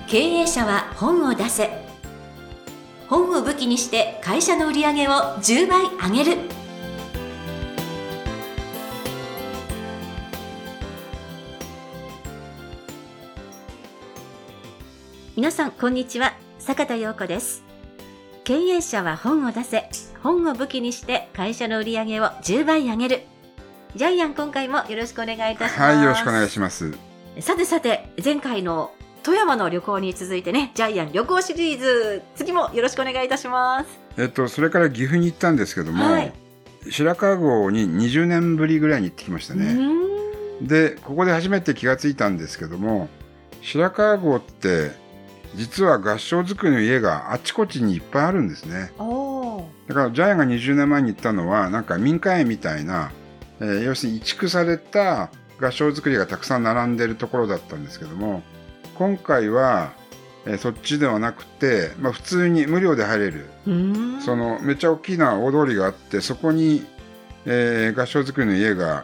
経営者は本を出せ。本を武器にして会社の売り上げを10倍上げる。皆さんこんにちは、坂田陽子です。経営者は本を出せ。本を武器にして会社の売り上げを10倍上げる。ジャイアン、今回もよろしくお願いいたします。 はい、よろしくお願いします。 さて、前回の富山の旅行に続いてね、ジャイアン旅行シリーズ、次もよろしくお願いいたします。 それから岐阜に行ったんですけども、はい、白川郷に20年ぶりぐらいに行ってきましたね。で、ここで初めて気がついたんですけども、白川郷って実は合掌造りの家があちこちにいっぱいあるんですね。だからジャイアンが20年前に行ったのはなんか民家園みたいな、要するに移築された合掌造りがたくさん並んでいるところだったんですけども、今回は、そっちではなくて、普通に無料で入れる、そのめっちゃ大きな大通りがあって、そこに、合掌造りの家が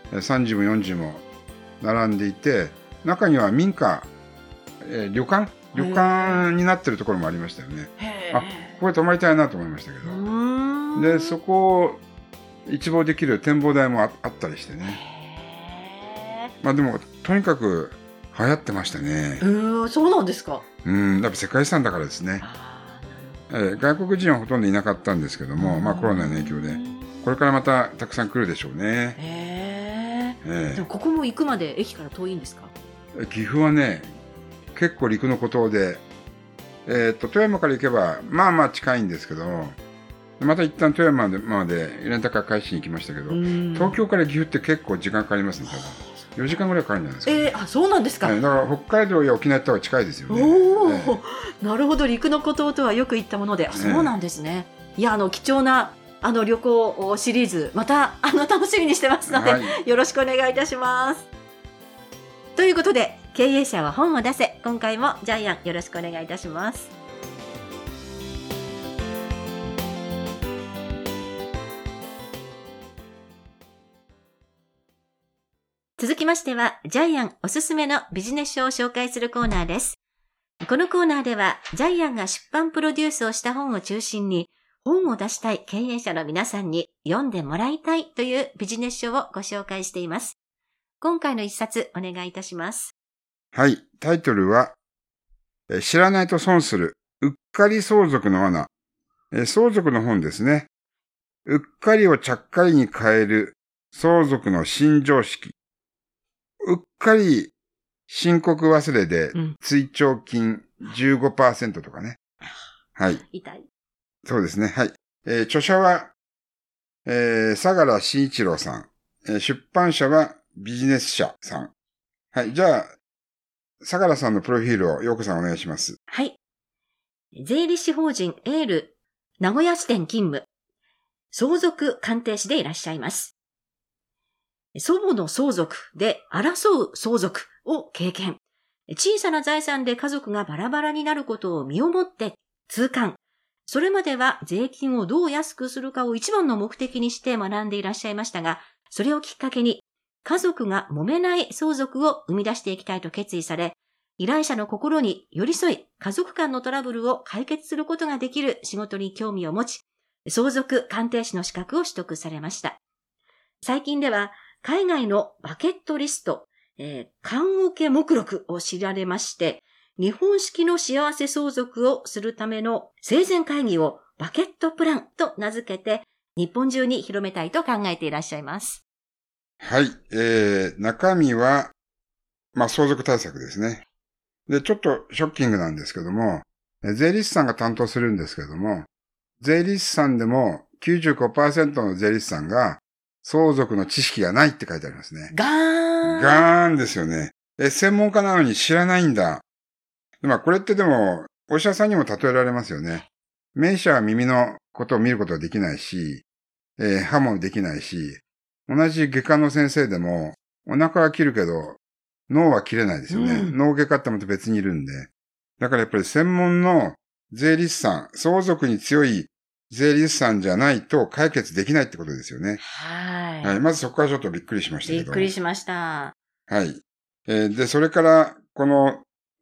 30も40も並んでいて、中には民家、旅館になってるところもありましたよね。ここで泊まりたいなと思いましたけど、でそこを一望できる展望台も あったりしてね。でもとにかく流行ってましたね。 そうなんですか。 やっぱ世界遺産だからですね。外国人はほとんどいなかったんですけども、コロナの影響でこれからまたたくさん来るでしょうね。 でもここも行くまで駅から遠いんですか？ 岐阜はね、結構陸の孤島で、富山から行けば近いんですけど、また一旦富山までレンタカー返しに行きましたけど、東京から岐阜って結構時間かかりますね。4時間ぐらいかかるんじゃないですか。 そうなんですか。 だから北海道や沖縄とは近いですよね。 なるほど、陸の孤島とはよく行ったもので、そうなんですね。いや、貴重な旅行シリーズ、また楽しみにしてますので、よろしくお願いいたします。ということで、経営者は本を出せ。今回もジャイアン、よろしくお願いいたします。続きましては、ジャイアンおすすめのビジネス書を紹介するコーナーです。このコーナーでは、ジャイアンが出版プロデュースをした本を中心に、本を出したい経営者の皆さんに読んでもらいたいというビジネス書をご紹介しています。今回の一冊、お願いいたします。 はい、タイトルは、知らないと損する、うっかり相続の罠。相続の本ですね。うっかりをちゃっかりに変える相続の新常識。うっかり申告忘れで追徴金 15% とかね。はい。 痛い。 そうですね。はい。著者は、相良慎一郎さん。出版社はビジネス社さん。はい。じゃあ、相良さんのプロフィールを陽子さんお願いします。 はい。税理士法人エール名古屋支店勤務。相続鑑定士でいらっしゃいます。祖母の相続で争う相続を経験。小さな財産で家族がバラバラになることを身をもって痛感。それまでは税金をどう安くするかを一番の目的にして学んでいらっしゃいましたが、それをきっかけに家族が揉めない相続を生み出していきたいと決意され、依頼者の心に寄り添い、家族間のトラブルを解決することができる仕事に興味を持ち、相続鑑定士の資格を取得されました。最近では、海外のバケットリスト、棺桶目録を知られまして、日本式の幸せ相続をするための生前会議をバケットプランと名付けて、日本中に広めたいと考えていらっしゃいます。 はい。中身は、相続対策ですね。で、ちょっとショッキングなんですけども、税理士さんが担当するんですけども、税理士さんでも 95% の税理士さんが相続の知識がないって書いてありますね。 ガーンですよね。専門家なのに知らないんだ。これってでも、お医者さんにも例えられますよね。名医者は耳のことを見ることはできないし、歯もできないし、同じ外科の先生でも、お腹は切るけど、脳は切れないですよね。脳外科ってまた別にいるんで。だからやっぱり専門の税理士さん、相続に強い税理士さんじゃないと解決できないってことですよね。 はい。 まずそこからちょっとびっくりしましたけど。 びっくりしました。 はい。で、それから、この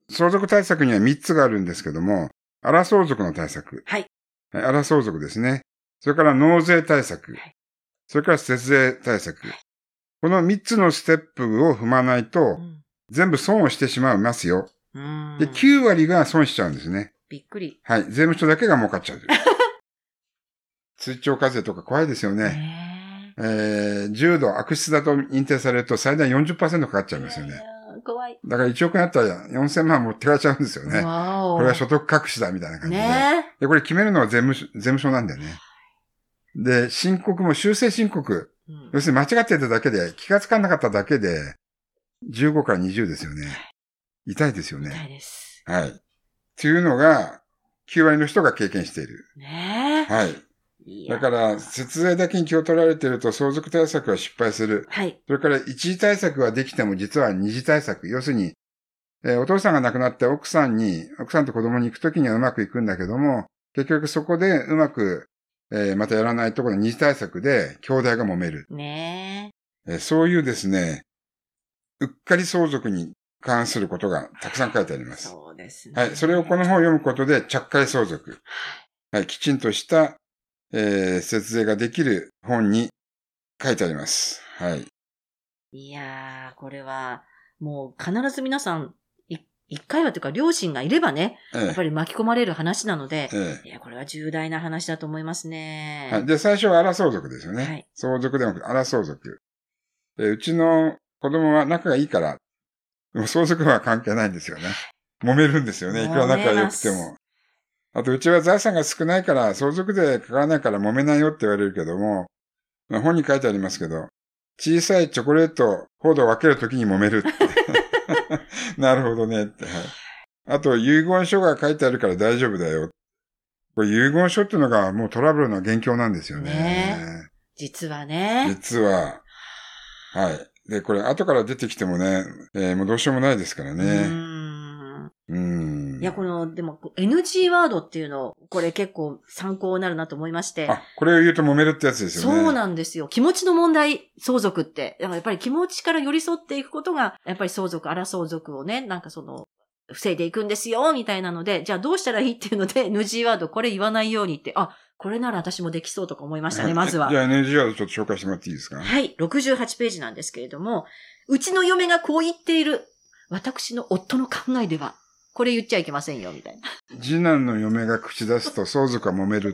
相続対策には3つがあるんですけども、荒相続の対策。 はい。 荒相続ですね。それから納税対策。 はい、 それから節税対策。この3つのステップを踏まないと、全部損をしてしまいますよ。で、9割が損しちゃうんですね。 びっくり。 はい。税務署だけが儲かっちゃう。追徴課税とか怖いですよね。重度悪質だと認定されると最大 40% かかっちゃいますよね。 怖い。 だから1億円あったら4000万持ってかれちゃうんですよね。これは所得隠しだみたいな感じで。で、これ決めるのは税務署なんだよね。で、申告も修正申告。要するに間違ってただけで、気がつかなかっただけで、15から20ですよね。痛いですよね。 痛いです。 はい。というのが、9割の人が経験している。はい。だから、節税だけに気を取られていると相続対策は失敗する。はい。それから一次対策はできても実は二次対策。要するに、お父さんが亡くなって奥さんと子供に行くときにはうまくいくんだけども、結局そこでうまく、またやらないところの二次対策で兄弟が揉める。そういうですね、うっかり相続に関することがたくさん書いてあります。 そうですね。 はい。それをこの本を読むことで、ちゃっかり相続。はい。きちんとした節税ができる本に書いてあります。はい。 いやー、これは、もう必ず皆さん、一回はというか、両親がいればね、やっぱり巻き込まれる話なので、いや、これは重大な話だと思いますね。 はい。で、最初は荒相続ですよね。はい。相続でも荒相続。うちの子供は仲がいいから、でも相続は関係ないんですよね。揉めるんですよね。いくら仲が良くても。あと、うちは財産が少ないから、相続税かからないから揉めないよって言われるけども、本に書いてありますけど、小さいチョコレートほど分けるときに揉めるって。なるほどねって。はい。あと、遺言書が書いてあるから大丈夫だよ。これ遺言書っていうのがもうトラブルの元凶なんですよね。 実はね。 実は。はい。で、これ後から出てきてもね、もうどうしようもないですからね。 いや、でも、NG ワードっていうの、これ結構参考になるなと思いまして。 あ、これを言うと揉めるってやつですよね。 そうなんですよ。気持ちの問題、相続って。だからやっぱり気持ちから寄り添っていくことが、やっぱり相続、荒相続をね、防いでいくんですよ、みたいなので、じゃあどうしたらいいっていうので、NG ワード、これ言わないようにって、これなら私もできそうとか思いましたね、まずは。 じゃあ NG ワードちょっと紹介してもらっていいですか？ はい、68ページなんですけれども、うちの嫁がこう言っている、私の夫の考えでは、これ言っちゃいけませんよ、みたいな。 次男の嫁が口出すと相続は揉める。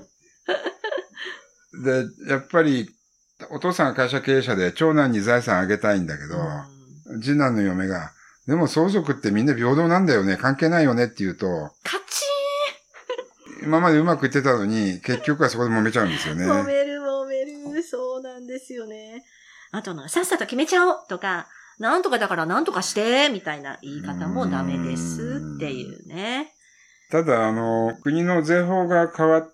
で、やっぱり、お父さんが会社経営者で長男に財産あげたいんだけど、次男の嫁が、でも相続ってみんな平等なんだよね、関係ないよねって言うと、 カチーン今までうまくいってたのに、結局はそこで揉めちゃうんですよね。 揉める。そうなんですよね。あとさっさと決めちゃおうとか、なんとかだからなんとかして、みたいな言い方もダメですっていうね。 ただ、国の税法が変わって、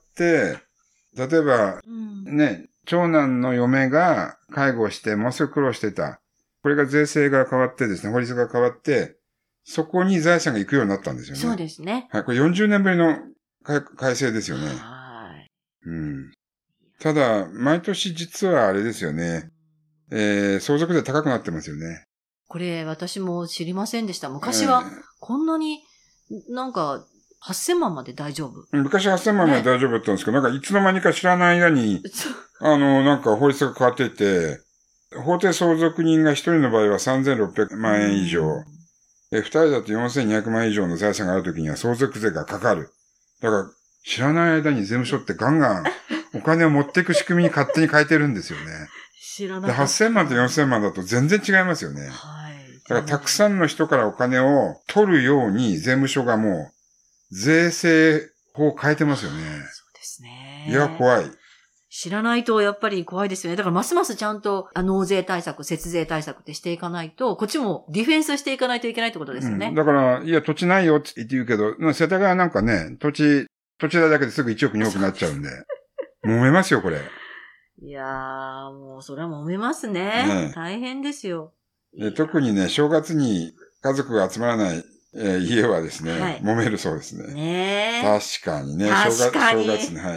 例えば、ね、長男の嫁が介護してものすごく苦労してた。これが税制が変わってですね、法律が変わって、そこに財産が行くようになったんですよね。 そうですね。 はい、これ40年ぶりの改正ですよね。 はい。 ただ、毎年実はあれですよね。相続税高くなってますよね。 これ私も知りませんでした。昔はこんなに8000万まで大丈夫。 昔8000万まで大丈夫だったんですけど、いつの間にか知らない間に、法律が変わっていて、法定相続人が1人の場合は3600万円以上、2人だと4200万円以上の財産があるときには相続税がかかる。だから、知らない間に税務署ってガンガンお金を持っていく仕組みに勝手に変えてるんですよね。 知らなかった。 で、8000万と4000万だと全然違いますよね。はい。だからたくさんの人からお金を取るように税務署がもう税制法を変えてますよね。そうですね。 いや、怖い。 知らないとやっぱり怖いですよね。だからますますちゃんと納税対策、節税対策ってしていかないと、こっちもディフェンスしていかないといけないってことですよね。 だから、いや、土地ないよって言うけど、世田谷なんかね、土地代だけですぐ1億2億になっちゃうんで。揉めますよ、これ。 いやー、もうそれは揉めますね。大変ですよ。 特にね、正月に家族が集まらない、家はですね、揉めるそうですね。 ね確かにね。 確かに。 正月に、はい。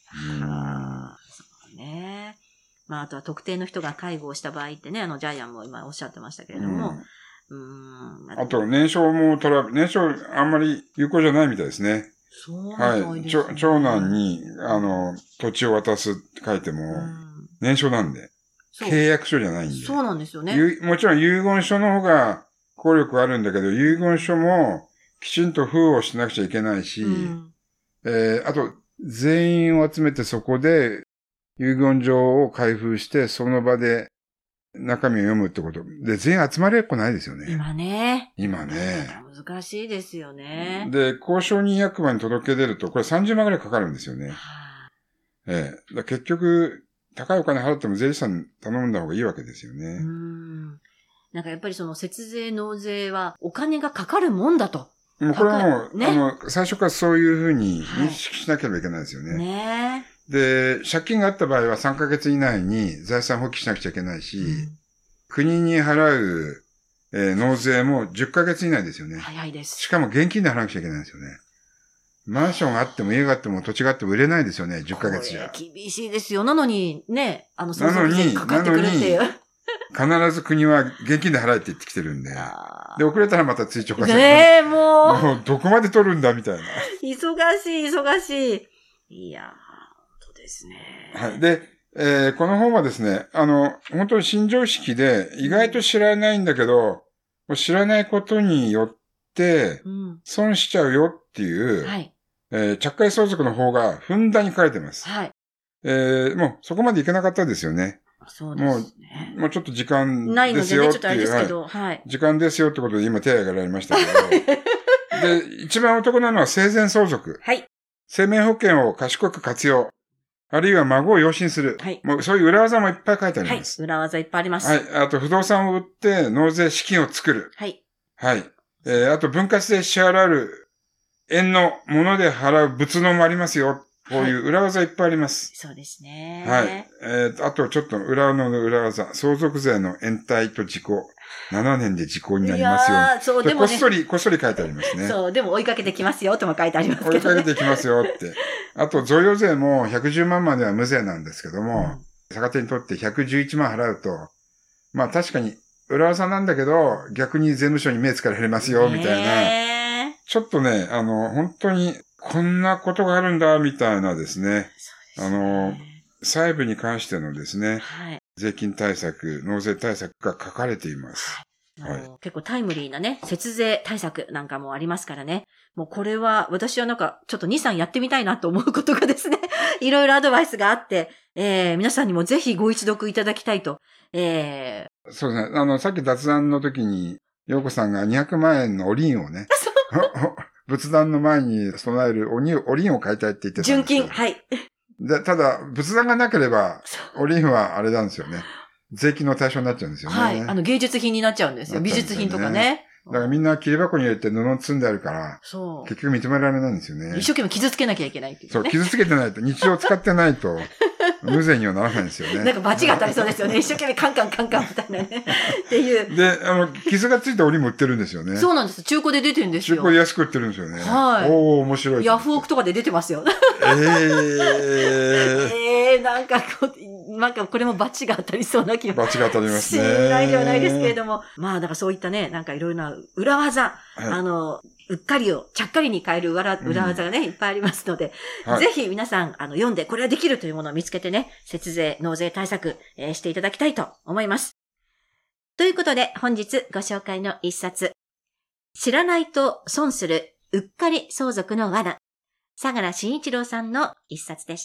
そうね。あとは特定の人が介護をした場合ってね、ジャイアンも今おっしゃってましたけれども、 あと、年少あんまり有効じゃないみたいですね。 そうなんですね。 はい。長男に、土地を渡すって書いても、年少なんで、契約書じゃないんで。 そうなんですよね。 もちろん遺言書の方が効力あるんだけど、遺言書もきちんと封をしなくちゃいけないし、あと、全員を集めてそこで遺言状を開封して、その場で中身を読むってこと。で、全員集まれっこないですよね。 今ね。 難しいですよね。 で、公証人役場に届け出ると、これ30万ぐらいかかるんですよね。結局、高いお金払っても税理士さん頼んだ方がいいわけですよね。 なんかやっぱりその節税納税はお金がかかるもんだと。 もうこれはもう、最初からそういうふうに認識しなければいけないですよね。で、借金があった場合は3ヶ月以内に財産放棄しなくちゃいけないし、国に払う、納税も10ヶ月以内ですよね。 早いです。 しかも現金で払わなくちゃいけないんですよね。マンションがあっても家があっても土地があっても売れないですよね、10ヶ月じゃ。 これ厳しいですよ。なのにね、相続税かかってくるっていう。 必ず国は現金で払えって言ってきてるんで。で、遅れたらまた追徴課税。 もうどこまで取るんだみたいな。 忙しい。いやー、そうですね。 はい。で、この本はですね、本当に新常識で、意外と知らないんだけど、知らないことによって、損しちゃうよっていう、ちゃっかり相続の方がふんだんに書かれてます。もうそこまでいけなかったですよね。 そうですね。 もうちょっと時間ないのでね、ちょっとあれですけど、 時間ですよってことで今手挙げられましたけど。で、一番お得なのは生前相続。生命保険を賢く活用。あるいは孫を養子にする。もうそういう裏技もいっぱい書いてあります。 裏技いっぱいあります。 あと不動産を売って納税資金を作る。あと分割で支払う円のもので払う物納もありますよ。こういう裏技いっぱいあります。 そうですね。 あとちょっと裏技。相続税の延滞と時効。7年で時効になりますよ。 そうでもね、 こっそり書いてありますね。 そう、でも追いかけてきますよとも書いてありますけどね。 追いかけてきますよって。あと、贈与税も110万までは無税なんですけども、逆手にとって111万払うと、まあ確かに裏技なんだけど、逆に税務署に目つけられますよ、みたいな。ちょっとね、本当に、こんなことがあるんだ、みたいなですね。細部に関してのですね、税金対策、納税対策が書かれています。 結構タイムリーなね、節税対策なんかもありますからね。もうこれは、私はなんか、ちょっと2、3やってみたいなと思うことがですね、いろいろアドバイスがあって、皆さんにもぜひご一読いただきたいと。 そうですね。さっき雑談の時に、陽子さんが200万円のおりんをね、仏壇の前に備えるおりんを買いたいって言ってたんですよ。 純金、 で、ただ、仏壇がなければ、おりんはあれなんですよね。税金の対象になっちゃうんですよね。 芸術品になっちゃうんですよ。美術品とかね。 だからみんな切り箱に入れて布を積んであるから、結局認められないんですよね。 一生懸命傷つけなきゃいけないっていう、ね。 そう、傷つけてないと、日常使ってないと、無税にはならないんですよね。 なんか罰が当たりそうですよね。一生懸命カンカンみたいなね。っていう。 で、傷がついた折りも売ってるんですよね。 そうなんです。中古で出てるんですよ。 中古で安く売ってるんですよね。面白い。 ヤフオクとかで出てますよ。なんかこれも罰が当たりそうな気が。 罰が当たりますね。 しないではないですけれども。まあ、だからそういったね、なんかいろいろな裏技、うっかりをちゃっかりに変える裏技がね、いっぱいありますので、ぜひ皆さん、読んでこれはできるというものを見つけてね、節税、納税対策、していただきたいと思います。ということで、本日ご紹介の一冊。知らないと損する、うっかり相続の罠。相良慎一郎さんの一冊でした。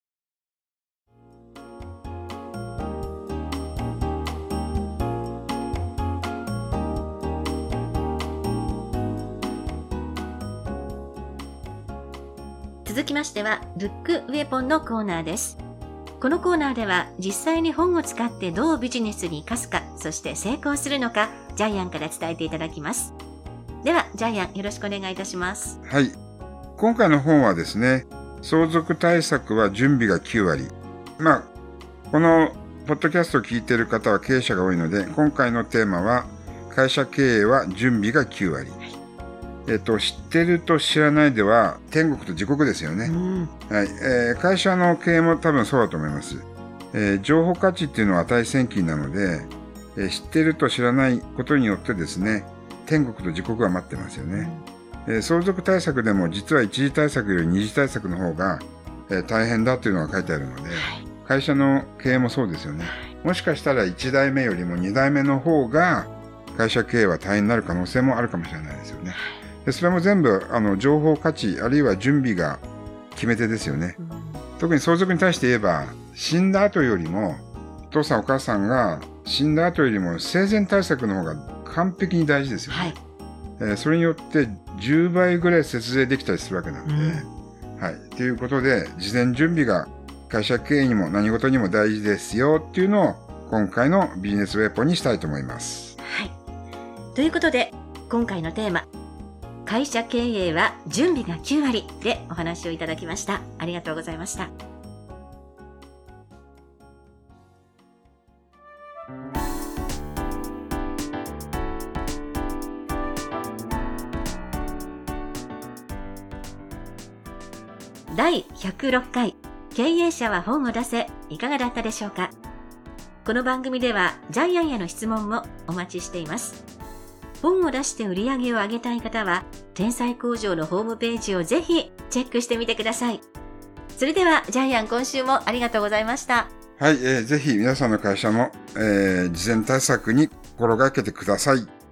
続きましては、ブックウェポンのコーナーです。このコーナーでは、実際に本を使ってどうビジネスに生かすか、そして成功するのか、ジャイアンから伝えていただきます。では、ジャイアン、よろしくお願いいたします。 はい。今回の本はですね、相続対策は準備が9割。このポッドキャストを聞いている方は経営者が多いので、今回のテーマは、会社経営は準備が9割。知ってると知らないでは天国と地獄ですよね。会社の経営も多分そうだと思います。情報価値っていうのは値千金なので、 知っていると知らないことによってですね、天国と地獄が待ってますよね。相続対策でも実は一次対策より二次対策の方が、大変だというのが書いてあるので、会社の経営もそうですよね。もしかしたら1代目よりも2代目の方が会社経営は大変になる可能性もあるかもしれないですよね。でそれも全部情報価値あるいは準備が決め手ですよね。特に相続に対して言えば、死んだ後よりもお父さんお母さんが死んだ後よりも生前対策の方が完璧に大事ですよね。それによって10倍ぐらい節税できたりするわけなので、ということで事前準備が会社経営にも何事にも大事ですよっていうのを今回のビジネスウェポンにしたいと思います。 ということで今回のテーマ、会社経営は準備が9割でお話をいただきました。ありがとうございました。第106回経営者は本を出せ、いかがだったでしょうか。この番組ではジャイアンへの質問もお待ちしています。本を出して売り上げを上げたい方は天才工場のホームページをぜひチェックしてみてください。それではジャイアン、今週もありがとうございました。 はい、ぜひ皆さんの会社も、事前対策に心がけてください。